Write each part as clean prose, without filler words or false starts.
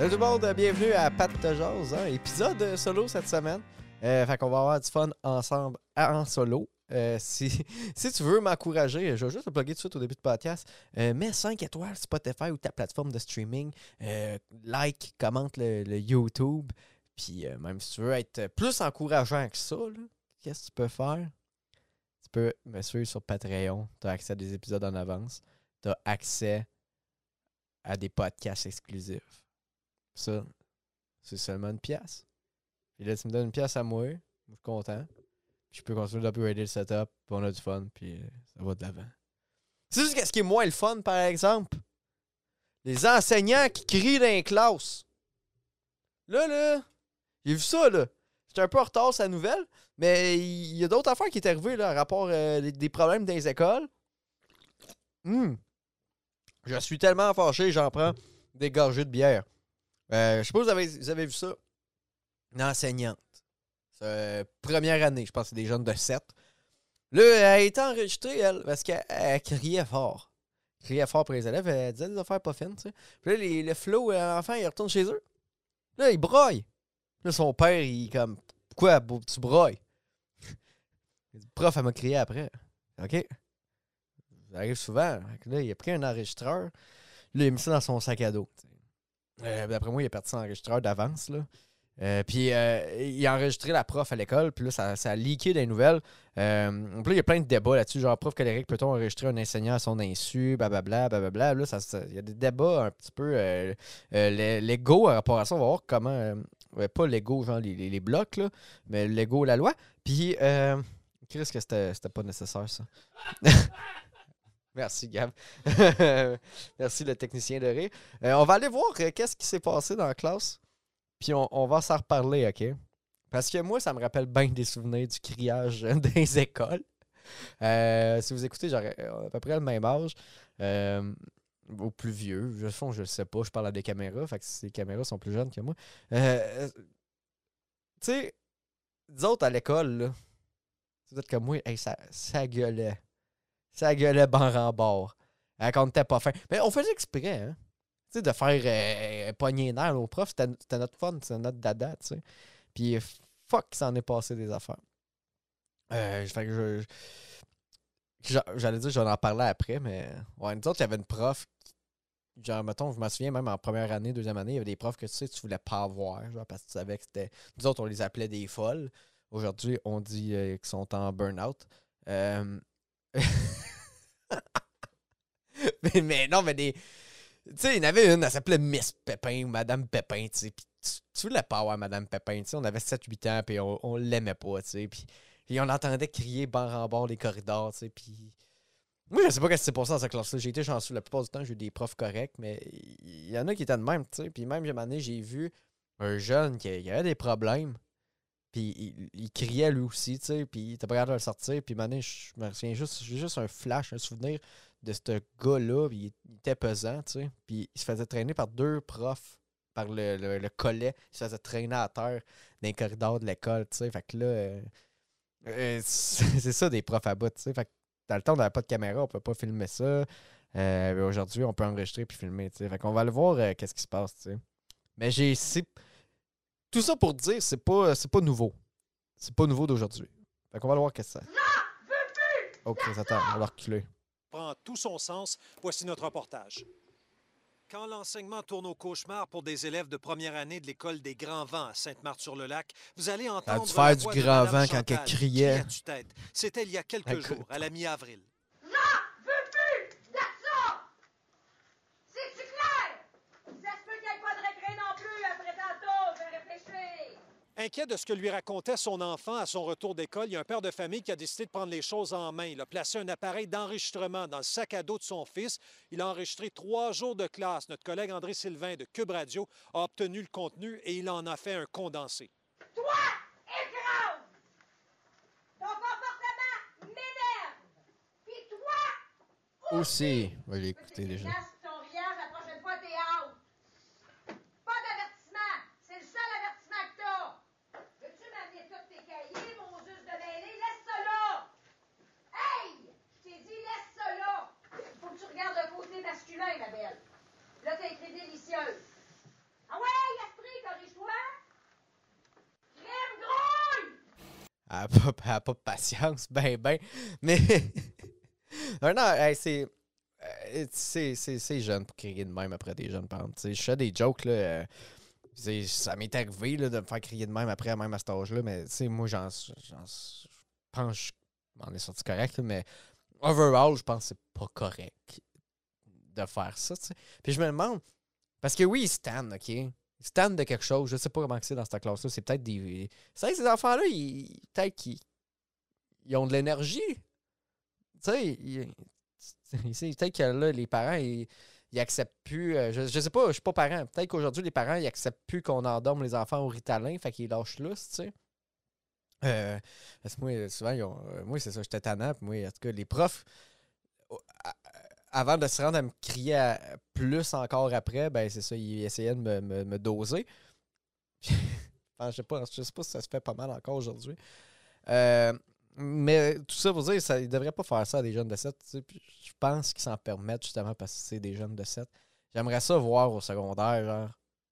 Salut tout le monde, bienvenue à Pat de Jase, hein, épisode solo cette semaine. Fait qu'on va avoir du fun ensemble en solo. Si tu veux m'encourager, je vais juste te plugger tout de suite au début de podcast. Mets 5 étoiles Spotify ou ta plateforme de streaming. Like, commente le YouTube. Puis même si tu veux être plus encourageant que ça, là, qu'est-ce que tu peux faire? Tu peux me suivre sur Patreon. Tu as accès à des épisodes en avance. Tu as accès à des podcasts exclusifs. Ça, c'est seulement une pièce. Puis là, tu me donnes une pièce à moi. Je suis content. Puis je peux continuer d'upgrader le setup. Puis on a du fun. Puis ça va de l'avant. C'est juste qu'est-ce qui est moins le fun, par exemple? Les enseignants qui crient dans les classes. Là, j'ai vu ça, là. J'étais un peu en retard sur la nouvelle. Mais il y a d'autres affaires qui étaient arrivées, là, à rapport des problèmes dans les écoles. Je suis tellement fâché, j'en prends des gorgées de bière. Je sais pas si vous avez vu ça. Une enseignante. Première année, je pense que c'est des jeunes de 7. Là, elle a été enregistrée, elle, parce qu'elle criait fort. Elle criait fort pour les élèves, elle disait des affaires pas fines, tu sais. Puis là, le Flo, l'enfant, il retourne chez eux. Là, il broille. Là, son père, il est comme, pourquoi tu broilles? Le prof, elle m'a crié après. OK? Ça arrive souvent. Là, il a pris un enregistreur. Là, il a mis ça dans son sac à dos. D'après moi, il est parti son enregistreur d'avance, là. Puis il a enregistré la prof à l'école, puis là, ça a leaké des nouvelles. Puis là, il y a plein de débats là-dessus, genre, prof colérique, peut-on enregistrer un enseignant à son insu, blablabla, blablabla. Là, il y a des débats un petit peu légaux à rapport à ça. On va voir comment, pas légaux, genre les blocs, là, mais légaux, la loi. Puis, qu'est-ce que c'était pas nécessaire, ça? Merci, Gab. Merci, le technicien de rire. On va aller voir qu'est-ce qui s'est passé dans la classe. Puis on va s'en reparler, OK? Parce que moi, ça me rappelle bien des souvenirs du criage des écoles. Si vous écoutez, j'aurais à peu près le même âge. Ou plus vieux. Je ne sais pas. Je parle à des caméras. Fait que ces caméras sont plus jeunes que moi. Tu sais, nous autres à l'école, là, c'est peut-être comme moi, hey, ça gueulait. Ça gueulait bord en bord. Quand on n'était pas fin. Mais on faisait exprès, hein? Tu sais, de faire pogner les nerfs aux profs, c'était notre fun, c'était notre dada, tu sais. Puis, fuck, ça en est passé des affaires. Fait que j'allais dire, j'en en parlais après, mais ouais, nous autres, il y avait une prof, genre, mettons, je me souviens même en première année, deuxième année, il y avait des profs que tu sais, tu voulais pas avoir, genre, parce que tu savais que c'était. Nous autres, on les appelait des folles. Aujourd'hui, on dit qu'ils sont en burn-out. mais non, mais des. Tu sais, il y en avait une, elle s'appelait Miss Pépin ou Madame Pépin, tu sais. Puis tu voulais pas avoir Madame Pépin, tu sais. On avait 7-8 ans, puis on l'aimait pas, tu sais. Puis on entendait crier bord en bord les corridors, tu sais. Puis moi, je sais pas ce qui s'est passé dans cette classe-là. J'ai été chanceux. La plupart du temps, j'ai eu des profs corrects, mais il y en a qui étaient de même, tu sais. Puis même, une année, j'ai vu un jeune qui avait des problèmes. Puis il criait lui aussi, tu sais, puis il était pas capable de le sortir. Puis maintenant, je me souviens j'ai juste un flash, un souvenir de ce gars-là. Puis il était pesant, tu sais. Puis il se faisait traîner par 2 profs, par le collet. Il se faisait traîner à terre dans les corridors de l'école, tu sais. Fait que là, c'est ça des profs à bout, tu sais. Fait que dans le temps, on n'avait pas de caméra, on ne peut pas filmer ça. Aujourd'hui, on peut enregistrer puis filmer, tu sais. Fait qu'on va aller voir qu'est-ce qui se passe, tu sais. Mais tout ça pour dire, c'est pas nouveau. C'est pas nouveau d'aujourd'hui. Fait qu'on va le voir qu'est-ce que c'est. Ok, attends, on va reculer. Prend tout son sens. Voici notre reportage. Quand l'enseignement tourne au cauchemar pour des élèves de première année de l'école des Grands Vents à Sainte-Marthe-sur-le-Lac, vous allez Ça a entendre dû faire la du voix de grand Madame vent quand elle Chantal, qui criait. crie à tue-tête. C'était il y a quelques jours, à la mi-avril. Inquiet de ce que lui racontait son enfant à son retour d'école, il y a un père de famille qui a décidé de prendre les choses en main. Il a placé un appareil d'enregistrement dans le sac à dos de son fils. Il a enregistré 3 jours de classe. Notre collègue André Sylvain de Cube Radio a obtenu le contenu et il en a fait un condensé. Toi, écrase! Ton comportement m'énerve! Puis toi Aussi. On va l'écouter déjà. Ton riage, la prochaine fois, t'es out! Pas d'avertissement! C'est le seul avertissement que t'as! Veux-tu m'amener tous tes cahiers, mon juste de mêlée? Laisse ça là! Hey! Je t'ai dit, laisse ça là! Faut que tu regardes le côté masculin, ma belle. Là, t'as écrit délicieuse. Ah ouais! elle a pas de patience, ben. Mais. Non, hey, c'est jeune pour crier de même après des jeunes parents. Je fais des jokes, là. Ça m'est arrivé là, de me faire crier de même après, même à cet âge-là, mais moi, je pense que je m'en ai sorti correct, là, mais overall, je pense que c'est pas correct de faire ça. T'sais. Puis je me demande, parce que oui, ils stand, OK? Ils stand de quelque chose, je sais pas comment c'est dans cette classe-là, c'est peut-être des. C'est vrai que ces enfants-là, peut-être qu'ils ont de l'énergie. Tu sais, peut-être que là, les parents, ils acceptent plus. Je sais pas, je suis pas parent. Peut-être qu'aujourd'hui, les parents, ils acceptent plus qu'on endorme les enfants au Ritalin, fait qu'ils lâchent lousse, tu sais. Parce que moi, souvent, moi, c'est ça, j'étais tannant. Puis moi, en tout cas, les profs, avant de se rendre à me crier plus encore après, ben c'est ça, ils essayaient de me doser. Enfin, je sais pas si ça se fait pas mal encore aujourd'hui. Mais tout ça pour dire, ils devraient pas faire ça à des jeunes de 7. Tu sais, puis je pense qu'ils s'en permettent justement parce que c'est des jeunes de 7. J'aimerais ça voir au secondaire, genre,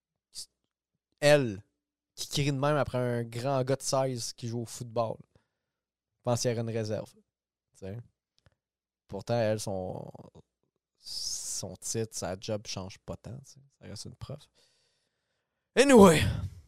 elle qui crie de même après un grand gars de 16 qui joue au football. Je pense qu'il y aurait une réserve. Tu sais. Pourtant, elle, son titre, sa job change pas tant. Tu sais. Ça reste une prof. Anyway.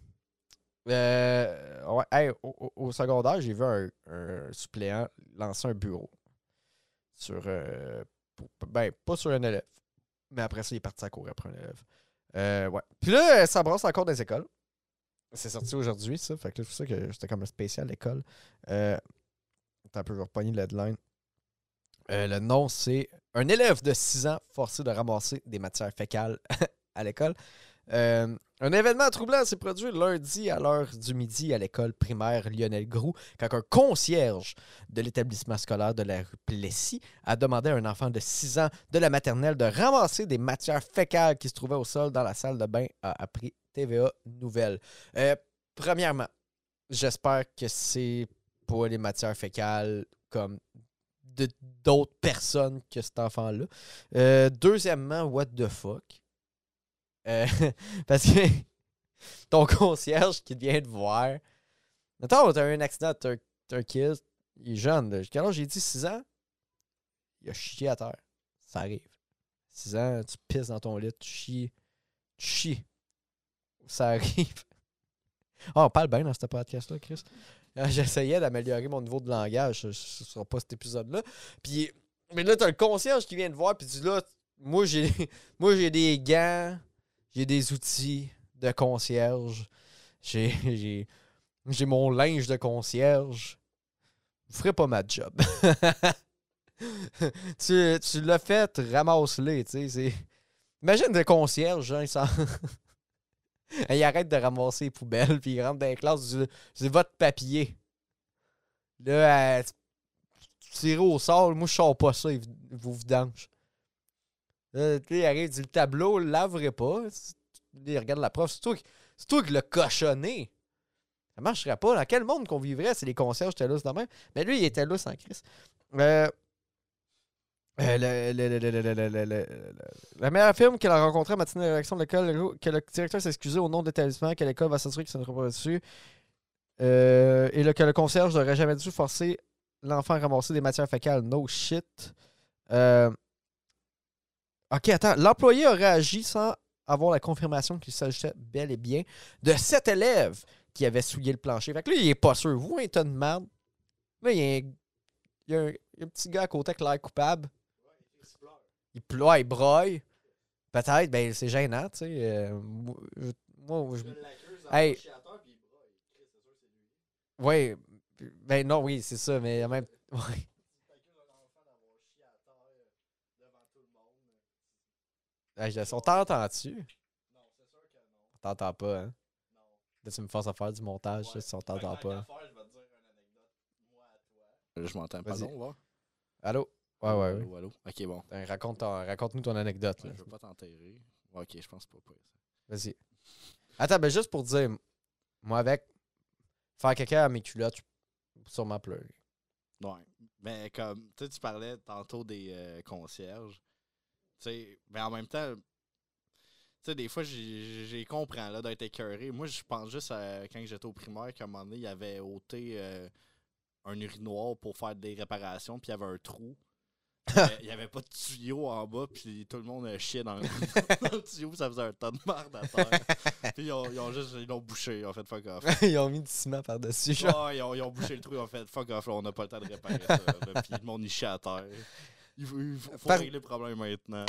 Ouais, hey, au secondaire, j'ai vu un suppléant lancer un bureau sur pas sur un élève, mais après ça, il est parti à courir après un élève. Ouais. Puis là, ça brasse encore dans les écoles. C'est sorti aujourd'hui, ça. Fait que c'est pour ça que j'étais comme le spécial école. T'as un peu repogné le headline. Le nom, c'est un élève de 6 ans forcé de ramasser des matières fécales à l'école. Un événement troublant s'est produit lundi à l'heure du midi à l'école primaire Lionel Groux quand un concierge de l'établissement scolaire de la rue Plessis a demandé à un enfant de 6 ans de la maternelle de ramasser des matières fécales qui se trouvaient au sol dans la salle de bain, a appris TVA Nouvelles. Premièrement, j'espère que c'est pas les matières fécales comme d'autres personnes que cet enfant-là. Deuxièmement, what the fuck? Parce que ton concierge qui vient te voir. Attends, t'as eu un accident, t'as un kid, il est jeune. Là. Quel âge j'ai dit 6 ans? Il a chié à terre. Ça arrive. 6 ans, tu pisses dans ton lit, tu chies. Ça arrive. On parle bien dans ce podcast-là, Chris. J'essayais d'améliorer mon niveau de langage. Ce ne sera pas cet épisode-là. Mais là, t'as le concierge qui vient te voir, puis tu dis là, moi j'ai des gants. J'ai des outils de concierge. J'ai mon linge de concierge. Je ferai pas ma job. tu l'as fait, ramasse-les. Imagine des concierges, hein, il arrête de ramasser les poubelles, puis il rentre dans les classes, c'est votre papier. Là, tiré au sol, moi je sors pas ça, vous vidange. Il arrive, il dit le tableau, le laverait pas. Il regarde la prof, c'est toi qui l'as cochonné. Ça marcherait pas. Dans quel monde qu'on vivrait si les concierges étaient là de même? Mais lui, il était là sans Christ. La meilleure firme qu'elle a rencontrée à matinée de la direction de l'école, que le directeur s'est excusé au nom de l'établissement, que l'école va s'assurer que ça ne sera pas dessus. Et que le concierge n'aurait jamais dû forcer l'enfant à ramasser des matières fécales. No shit. OK, attends. L'employé aurait agi sans avoir la confirmation qu'il s'agissait bel et bien de 7 élèves qui avaient souillé le plancher. Fait que là, il est pas sûr. Vous, un tas de merde. Là, il y a un petit gars à côté qui a l'air coupable. Il pleure, il broille. Peut-être, ben c'est gênant, tu sais. Hey. Oui, ben non, oui, c'est ça, mais même. Ouais. On t'entend-tu? Non, c'est sûr que non. On t'entend pas, hein? Non. Là, tu me forces à faire du montage, ouais. Si on t'entend pas. Je vais te dire une anecdote, moi à toi. Je m'entends pas, non, va? Allô? Ouais. Allô? Ok, bon. Raconte-nous ton anecdote. Ouais, je veux pas t'enterrer. Ok, je pense pas. Vas-y. Attends, ben juste pour dire, moi avec faire caca à mes culottes, je peux sûrement pleurer. Ouais. Mais comme, tu parlais tantôt des concierges. T'sais, mais en même temps, des fois, j'ai comprends là, d'être écœuré. Moi, je pense juste à quand j'étais au primaire qu'à un moment donné, il avait ôté un urinoir pour faire des réparations, puis il y avait un trou. Il n'y avait pas de tuyau en bas, puis tout le monde chiait dans le tuyau, ça faisait un tas de merde à terre. Puis ils l'ont bouché, ils ont fait fuck off. Ils ont mis du ciment par-dessus. Genre. Ils ont bouché le trou, ils ont fait fuck off, là, on n'a pas le temps de réparer ça. Là, puis le monde il chie à terre. Il faut régler le problème maintenant.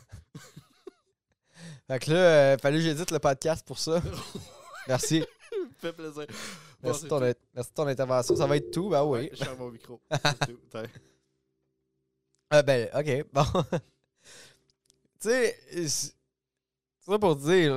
Fait que là, fallait que j'édite le podcast pour ça. Merci. Ça me fait plaisir. Merci Bon, de ton intervention. Ça va être tout, ben oui. ouais, je ferme mon micro. C'est tout. Ben, ok, bon. Tu sais, c'est ça pour dire.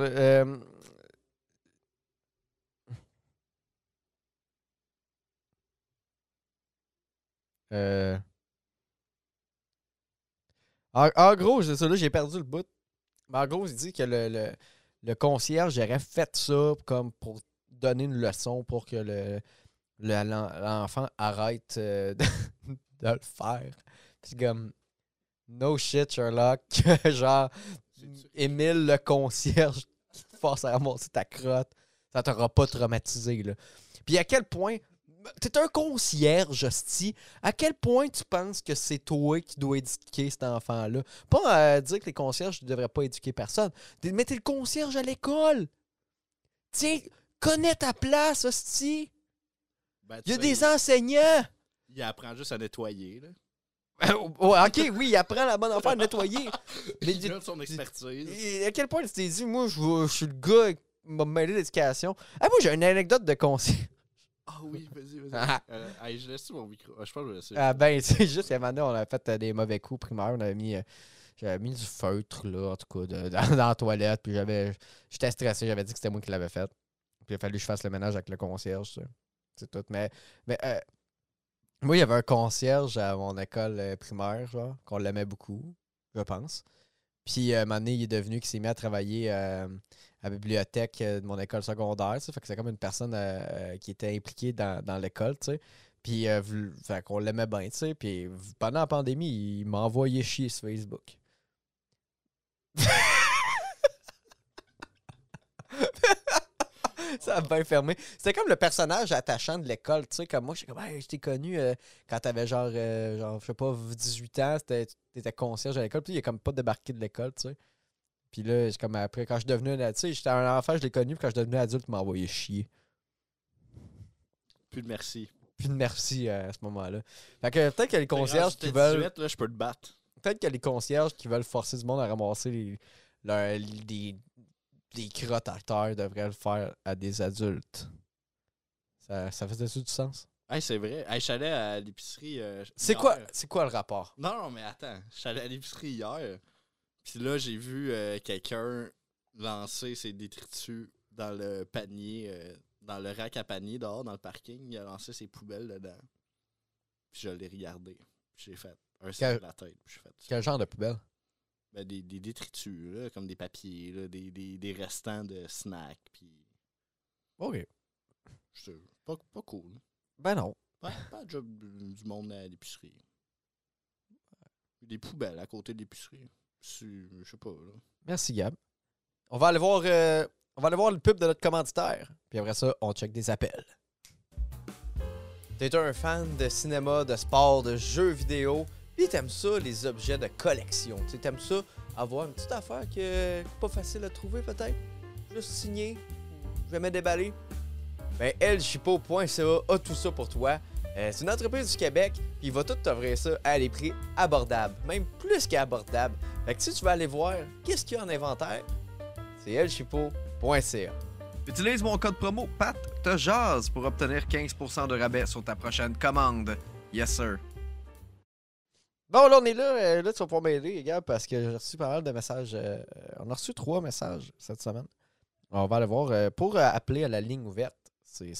En gros, c'est ça, là, j'ai perdu le bout. Mais en gros, il dit que le concierge aurait fait ça comme pour donner une leçon pour que l'enfant arrête de le faire. Puis comme, no shit, Sherlock. Genre, Émile, le concierge, qui te force à ramasser ta crotte, ça t'aura pas traumatisé, là. Puis à quel point... T'es un concierge, hostie. À quel point tu penses que c'est toi qui dois éduquer cet enfant-là? Pas dire que les concierges ne devraient pas éduquer personne. Mais t'es le concierge à l'école. Tiens, connais ta place, hostie. Ben, Il y a des enseignants. Il apprend juste à nettoyer. Là. Ouais, ok, oui, il apprend la bonne affaire à nettoyer. Mais Il a son expertise. Et à quel point tu t'es dit, moi, je suis le gars qui m'a mêlé d'éducation. Ah, moi, j'ai une anecdote de concierge. Ah oui, vas-y. Ah. Je laisse mon micro. Je pense que je vais laisser. Ah, ben, c'est juste qu'à un moment donné, on a fait des mauvais coups primaires. J'avais mis du feutre, là, en tout cas, dans la toilette. Puis j'étais stressé. J'avais dit que c'était moi qui l'avais fait. Puis il a fallu que je fasse le ménage avec le concierge, ça. C'est tout. Mais moi, il y avait un concierge à mon école primaire, genre, qu'on l'aimait beaucoup, je pense. Puis, un moment donné, il est devenu qu'il s'est mis à travailler à la bibliothèque de mon école secondaire. Ça fait que c'est comme une personne qui était impliquée dans l'école, tu sais. Puis, fait qu'on l'aimait bien, tu sais. Puis, pendant la pandémie, il m'a envoyé chier sur Facebook. Ça a bien fermé. C'était comme le personnage attachant de l'école, tu sais, comme moi, j'étais comme, hey, je t'ai connu quand t'avais genre, je sais pas, 18 ans, t'étais concierge à l'école, puis il a comme pas débarqué de l'école, tu sais. Puis là, comme après, quand je suis devenu, tu sais, j'étais un enfant, je l'ai connu, puis quand je suis devenu adulte, il m'a envoyé chier. Plus de merci. Plus de merci à ce moment-là. Fait que peut-être que les concierges qui veulent. 18, là, je peux te battre. Peut-être que les concierges qui veulent forcer du monde à ramasser des crottes à terre devraient le faire à des adultes. Ça faisait-tu du sens? Hey, c'est vrai. Hey, je suis allé à l'épicerie. C'est quoi le rapport? Non, mais attends. Je suis allé à l'épicerie hier. Puis là, j'ai vu quelqu'un lancer ses détritus dans le panier, dans le rack à panier dehors, dans le parking. Il a lancé ses poubelles dedans. Puis je l'ai regardé. Puis j'ai fait un signe de la tête. Puis j'ai fait ça. Quel genre de poubelle? Ben, des détritus, là, comme des papiers, là, des restants de snacks. Puis. OK. Pas cool. Ben non. Pas de job du monde à l'épicerie. Des poubelles à côté de l'épicerie. Je sais pas, là. Merci, Gab. On va aller voir le pub de notre commanditaire. Puis après ça, on check des appels. T'es un fan de cinéma, de sport, de jeux vidéo, puis t'aimes ça, les objets de collection. T'aimes ça, avoir une petite affaire qui est pas facile à trouver, peut-être. Juste signer, jamais déballé. Ben, elchipo.ca a tout ça pour toi. C'est une entreprise du Québec, puis il va tout t'offrir ça à des prix abordables, même plus qu'abordables. Fait que si tu veux aller voir qu'est-ce qu'il y a en inventaire, c'est elchipo.ca. Utilise mon code promo PATTEJASE pour obtenir 15% de rabais sur ta prochaine commande. Yes, sir. Bon, là, on est là. Là, tu vas pouvoir m'aider, les gars, parce que j'ai reçu pas mal de messages. On a reçu 3 messages cette semaine. On va aller voir. Pour appeler à la ligne ouverte, c'est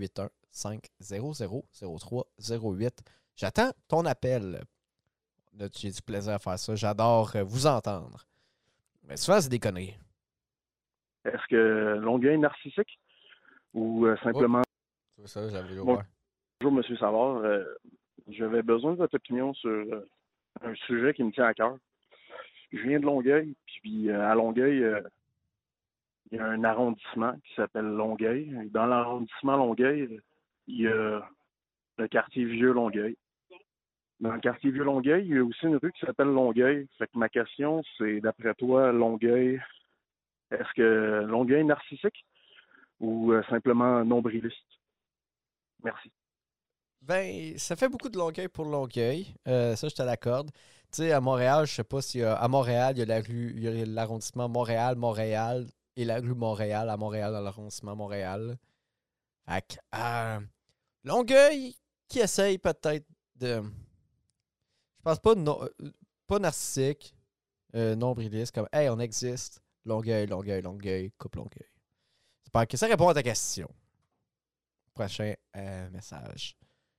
581-500-0308. J'attends ton appel. Là, j'ai du plaisir à faire ça. J'adore vous entendre. Mais souvent, c'est des conneries. Est-ce que Longueuil est narcissique ou simplement... C'est ça, j'avais Bonjour, M. Savard. J'avais besoin de votre opinion sur un sujet qui me tient à cœur. Je viens de Longueuil, puis à Longueuil, il y a un arrondissement qui s'appelle Longueuil. Dans l'arrondissement Longueuil, il y a le quartier Vieux-Longueuil. Dans le quartier Vieux-Longueuil, il y a aussi une rue qui s'appelle Longueuil. Fait que ma question, c'est d'après toi, Longueuil, est-ce que Longueuil est narcissique ou simplement nombriliste? Merci. Ben, ça fait beaucoup de Longueuil pour Longueuil. Ça, je te l'accorde. Tu sais, à Montréal, je sais pas si à Montréal, il y a la rue, il y a l'arrondissement Montréal et la rue Montréal à Montréal dans l'arrondissement Montréal. Fait que, Longueuil qui essaye peut-être de. Je pense pas pas narcissique, nombriliste, comme hey, on existe. Longueuil, coupe Longueuil. J'espère que ça répond à ta question. Prochain message.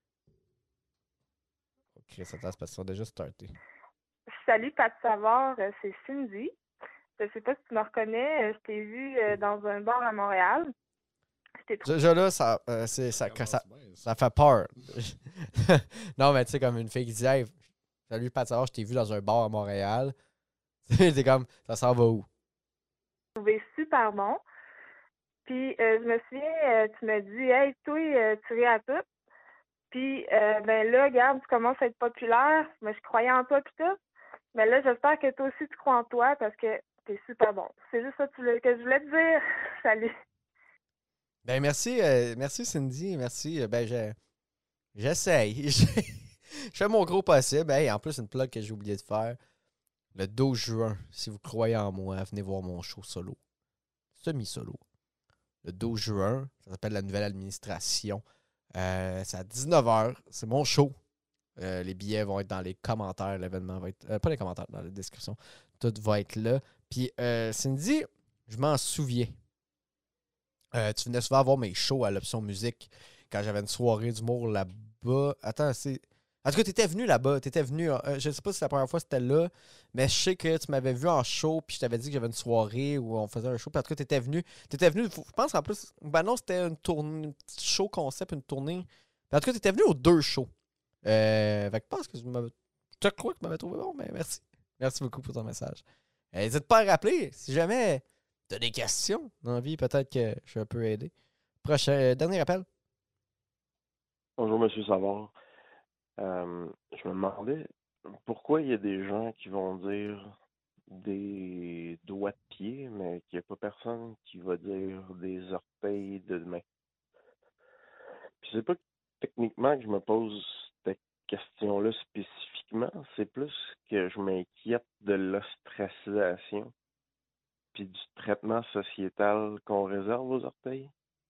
Ok, ça passe parce qu'ils sont déjà startés. Salut, Pat Savard, c'est Cindy. Je sais pas si tu me reconnais, je t'ai vu dans un bar à Montréal. Déjà là, ça fait peur. Non, mais tu sais, comme une fille qui dit hey, salut Pat Savard, je t'ai vu dans un bar à Montréal. T'es comme, ça s'en va où? Je trouvais super bon. Puis, je me souviens, tu m'as dit, hey, toi, tu ris à tout. Puis, ben là, regarde, tu commences à être populaire. Mais je croyais en toi, puis tout. Mais là, j'espère que toi aussi, tu crois en toi parce que t'es super bon. C'est juste ça que je voulais te dire. Salut. Ben, merci Cindy. Merci. Ben, j'essaye. Je fais mon gros possible. Hey, en plus, une plug que j'ai oublié de faire. Le 12 juin, si vous croyez en moi, venez voir mon show solo. Semi-solo. Le 12 juin, ça s'appelle La Nouvelle Administration. C'est à 19h. C'est mon show. Les billets vont être dans les commentaires. L'événement va être... pas les commentaires, dans la description. Tout va être là. Puis, Cindy, je m'en souviens. Tu venais souvent voir mes shows à l'option musique quand j'avais une soirée d'humour là-bas. Attends, c'est... En tout cas, tu étais venu là-bas. Tu étais venu... je ne sais pas si la première fois c'était là, mais je sais que tu m'avais vu en show puis je t'avais dit que j'avais une soirée où on faisait un show. Puis en tout cas, tu étais venu. Je pense en plus... Ben non, c'était une tournée, un petit show concept, une tournée. Puis en tout cas, tu étais venu aux 2 shows. Fait que je pense que je crois que tu m'avais trouvé bon, mais merci. Merci beaucoup pour ton message. N'hésite pas à rappeler si jamais tu as des questions dans la vie, peut-être que je peux aider. Dernier appel. Bonjour, M. Savard. Je me demandais pourquoi il y a des gens qui vont dire des doigts de pied, mais qu'il n'y a pas personne qui va dire des orteils de main. Puis c'est pas techniquement que je me pose cette question-là spécifiquement, c'est plus que je m'inquiète de l'ostracisation puis du traitement sociétal qu'on réserve aux orteils.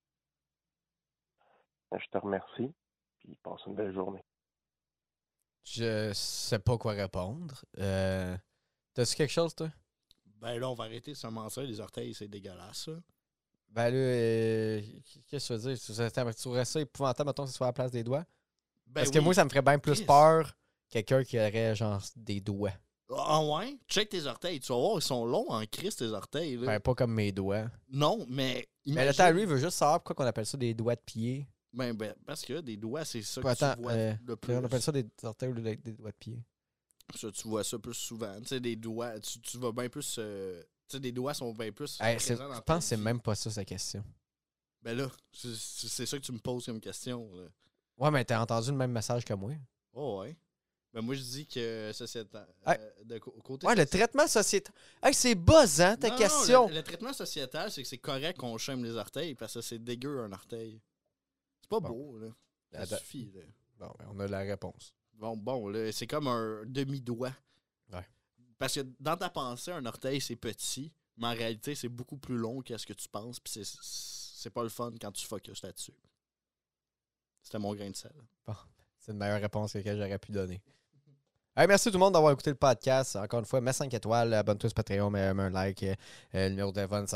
Je te remercie, puis passe une belle journée. Je sais pas quoi répondre. T'as-tu quelque chose, toi? Ben là, on va arrêter de se mentir, les orteils, c'est dégueulasse, ça. Ben là, qu'est-ce que tu veux dire? Tu trouverais ça épouvantable, mettons, que ce soit à la place des doigts? Ben Parce que moi, ça me ferait bien plus peur quelqu'un qui aurait, genre, des doigts. Ah ouais? Check tes orteils. Tu vas voir, ils sont longs en crise, tes orteils. Là. Ben, pas comme mes doigts. Non, mais Mais le temps, lui, il veut juste savoir pourquoi on appelle ça des doigts de pied. Ben, parce que des doigts, c'est ça Puis que tu vois le plus. On appelle ça des orteils ou des doigts de pied. Ça, tu vois ça plus souvent. Tu sais, des doigts, tu vas bien plus... tu sais, des doigts sont bien plus présents dans je pense que c'est même pas ça, sa question. Ben là, c'est ça que tu me poses comme question. Là. Ouais, mais t'as entendu le même message que moi. Oh ouais. Ben moi, je dis que sociétal. De côté ouais, le traitement sociétal. Hey, c'est buzzant, ta question. Non, le traitement sociétal, c'est que c'est correct qu'on chôme les orteils parce que c'est dégueu un orteil. C'est pas beau, là. Ça suffit, là. Bon, ben, on a la réponse. Bon, là, c'est comme un demi-doigt. Ouais. Parce que dans ta pensée, un orteil, c'est petit, mais en réalité, c'est beaucoup plus long que ce que tu penses, puis c'est pas le fun quand tu focuses là-dessus. C'était mon grain de sel. Bon, c'est une meilleure réponse que j'aurais pu donner. Hey, merci tout le monde d'avoir écouté le podcast. Encore une fois, mets 5 étoiles, abonne-toi sur Patreon, mets un like. Numéro de téléphone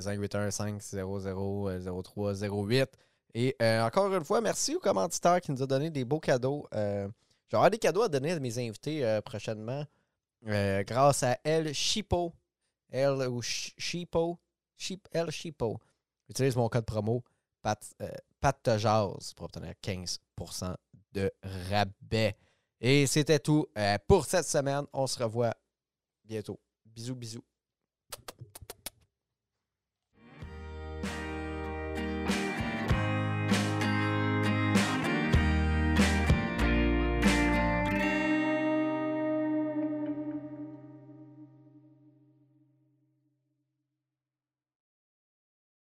581-500-0308. Et encore une fois, merci aux commanditaires qui nous ont donné des beaux cadeaux. J'aurai des cadeaux à donner à mes invités prochainement. Grâce à El Chipo. El Chipo. El Chipo. Utilise mon code promo Pat Jazz pour obtenir 15% de rabais. Et c'était tout pour cette semaine. On se revoit bientôt. Bisous, bisous.